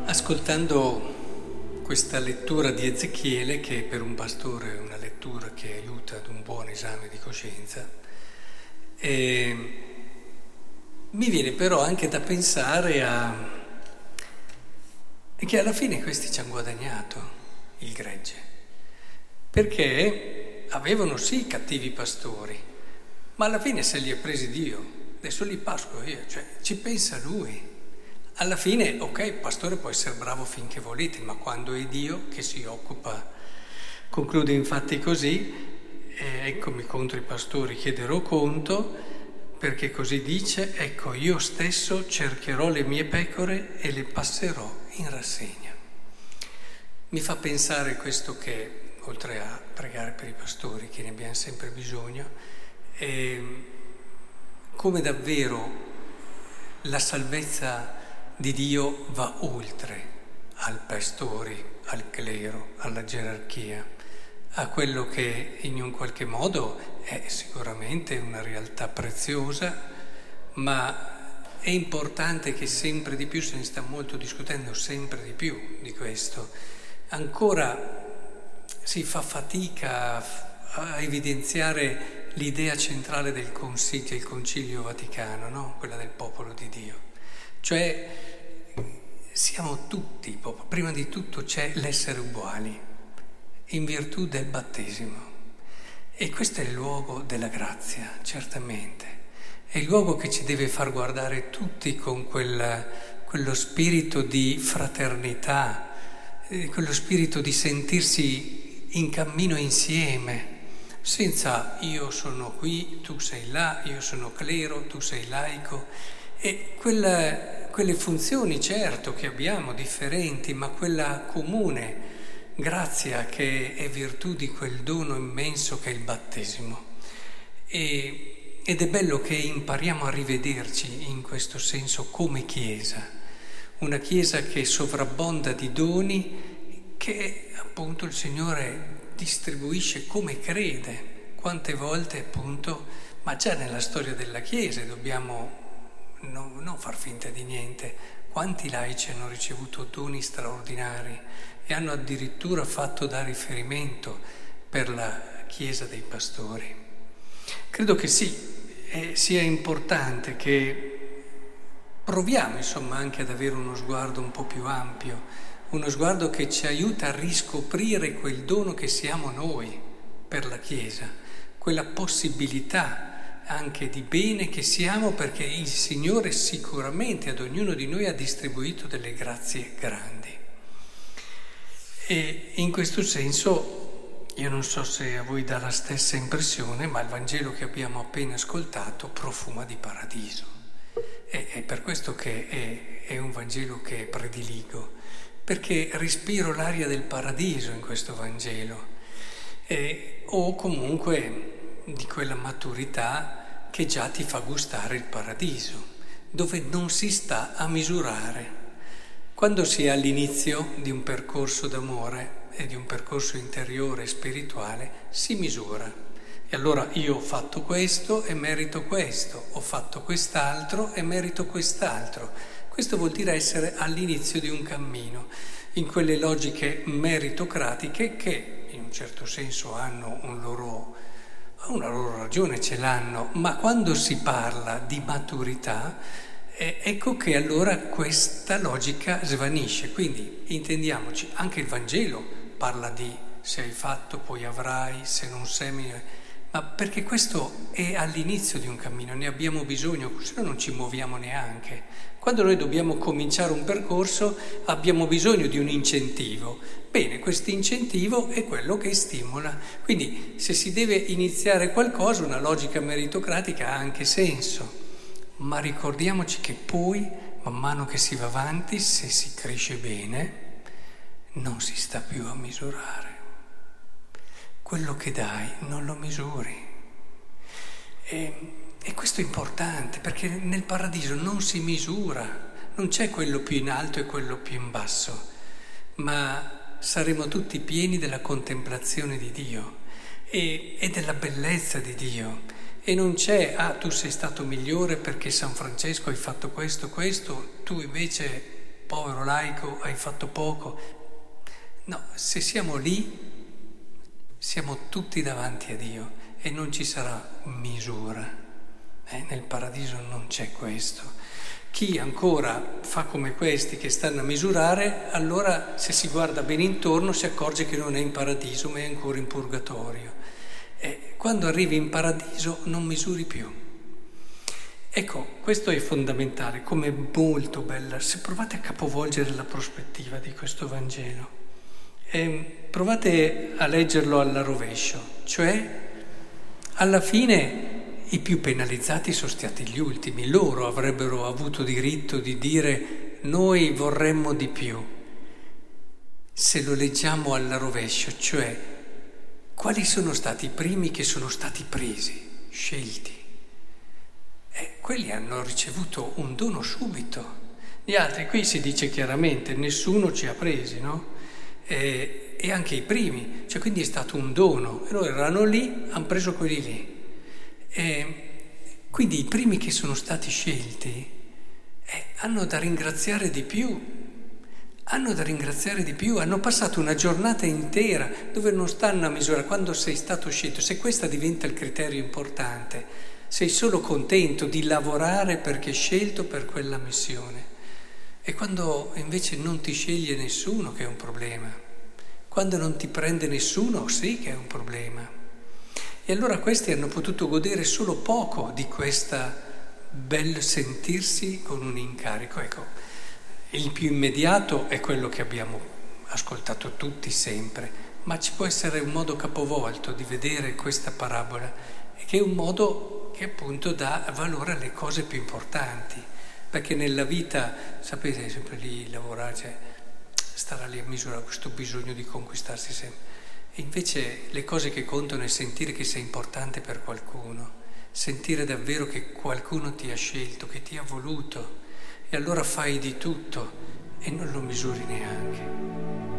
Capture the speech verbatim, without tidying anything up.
Ascoltando questa lettura di Ezechiele, che per un pastore è una lettura che aiuta ad un buon esame di coscienza, e mi viene però anche da pensare a che alla fine questi ci hanno guadagnato il gregge, perché avevano sì cattivi pastori, ma alla fine se li ha presi Dio, adesso li pasco io, cioè ci pensa Lui. Alla fine, ok, il pastore può essere bravo finché volete, ma quando è Dio che si occupa, conclude infatti così, eh, eccomi contro i pastori, chiederò conto, perché così dice, ecco io stesso cercherò le mie pecore e le passerò in rassegna. Mi fa pensare questo che, oltre a pregare per i pastori, che ne abbiamo sempre bisogno, è come davvero la salvezza di Dio va oltre al pastori, al clero, alla gerarchia, a quello che in un qualche modo è sicuramente una realtà preziosa, ma è importante che sempre di più, se ne sta molto discutendo sempre di più di questo, ancora si fa fatica a evidenziare l'idea centrale del Concilio, il Concilio Vaticano, no? Quella del popolo di Dio. Cioè siamo tutti, prima di tutto c'è l'essere uguali, in virtù del battesimo. E questo è il luogo della grazia, certamente. È il luogo che ci deve far guardare tutti con quel, quello spirito di fraternità, eh, quello spirito di sentirsi in cammino insieme, senza io sono qui, tu sei là, io sono clero, tu sei laico. E quella, quelle funzioni, certo, che abbiamo, differenti, ma quella comune grazia che è virtù di quel dono immenso che è il battesimo. E, ed è bello che impariamo a rivederci in questo senso come Chiesa, una Chiesa che sovrabbonda di doni che appunto il Signore distribuisce come crede. Quante volte appunto, ma già nella storia della Chiesa dobbiamo non, non far finta di niente, quanti laici hanno ricevuto doni straordinari e hanno addirittura fatto da riferimento per la Chiesa dei pastori. Credo che sì, eh, sia importante che proviamo insomma anche ad avere uno sguardo un po' più ampio, uno sguardo che ci aiuta a riscoprire quel dono che siamo noi per la Chiesa, quella possibilità anche di bene che siamo, perché il Signore sicuramente ad ognuno di noi ha distribuito delle grazie grandi. E in questo senso io non so se a voi dà la stessa impressione, ma il Vangelo che abbiamo appena ascoltato profuma di paradiso. E è per questo che è, è un Vangelo che prediligo, perché respiro l'aria del paradiso in questo Vangelo, e, o comunque di quella maturità che già ti fa gustare il paradiso, dove non si sta a misurare. Quando si è all'inizio di un percorso d'amore e di un percorso interiore e spirituale, si misura. E allora io ho fatto questo e merito questo, ho fatto quest'altro e merito quest'altro. Questo vuol dire essere all'inizio di un cammino, in quelle logiche meritocratiche che in un certo senso hanno un loro una loro ragione, ce l'hanno, ma quando si parla di maturità, eh, ecco che allora questa logica svanisce. Quindi intendiamoci, anche il Vangelo parla di se hai fatto poi avrai, se non semini, ma perché questo è all'inizio di un cammino, ne abbiamo bisogno, se no non ci muoviamo neanche. Quando noi dobbiamo cominciare un percorso abbiamo bisogno di un incentivo. Bene, questo incentivo è quello che stimola. Quindi se si deve iniziare qualcosa, una logica meritocratica ha anche senso. Ma ricordiamoci che poi, man mano che si va avanti, se si cresce bene, non si sta più a misurare. Quello che dai non lo misuri. E, e questo è importante, perché nel paradiso non si misura, non c'è quello più in alto e quello più in basso, ma saremo tutti pieni della contemplazione di Dio e, e della bellezza di Dio. E non c'è, ah, tu sei stato migliore perché San Francesco hai fatto questo, questo, tu invece povero laico, hai fatto poco. No, se siamo lì, siamo tutti davanti a Dio e non ci sarà misura. Eh, nel paradiso non c'è questo. Chi ancora fa come questi che stanno a misurare, allora se si guarda bene intorno si accorge che non è in paradiso ma è ancora in purgatorio. E quando arrivi in paradiso non misuri più. Ecco, questo è fondamentale, come molto bella. Se provate a capovolgere la prospettiva di questo Vangelo, eh, provate a leggerlo alla rovescio, cioè alla fine i più penalizzati sono stati gli ultimi, loro avrebbero avuto diritto di dire noi vorremmo di più. Se lo leggiamo alla rovescio, cioè quali sono stati i primi che sono stati presi, scelti? Eh, quelli hanno ricevuto un dono subito. Gli altri, qui si dice chiaramente, nessuno ci ha presi, no? E, e anche i primi, cioè quindi è stato un dono. E loro erano lì, hanno preso quelli lì. E quindi i primi che sono stati scelti eh, hanno da ringraziare di più, hanno da ringraziare di più, hanno passato una giornata intera dove non stanno a misurare. Quando sei stato scelto, se questo diventa il criterio importante, sei solo contento di lavorare perché scelto per quella missione. E quando invece non ti sceglie nessuno, che è un problema. Quando non ti prende nessuno, sì che è un problema. E allora questi hanno potuto godere solo poco di questa bel sentirsi con un incarico. Ecco, il più immediato è quello che abbiamo ascoltato tutti sempre, ma ci può essere un modo capovolto di vedere questa parabola, che è un modo che appunto dà valore alle cose più importanti, perché nella vita, sapete, è sempre lì lavorare, cioè, stare lì a misurare questo bisogno di conquistarsi sempre. E invece le cose che contano è sentire che sei importante per qualcuno, sentire davvero che qualcuno ti ha scelto, che ti ha voluto, e allora fai di tutto e non lo misuri neanche.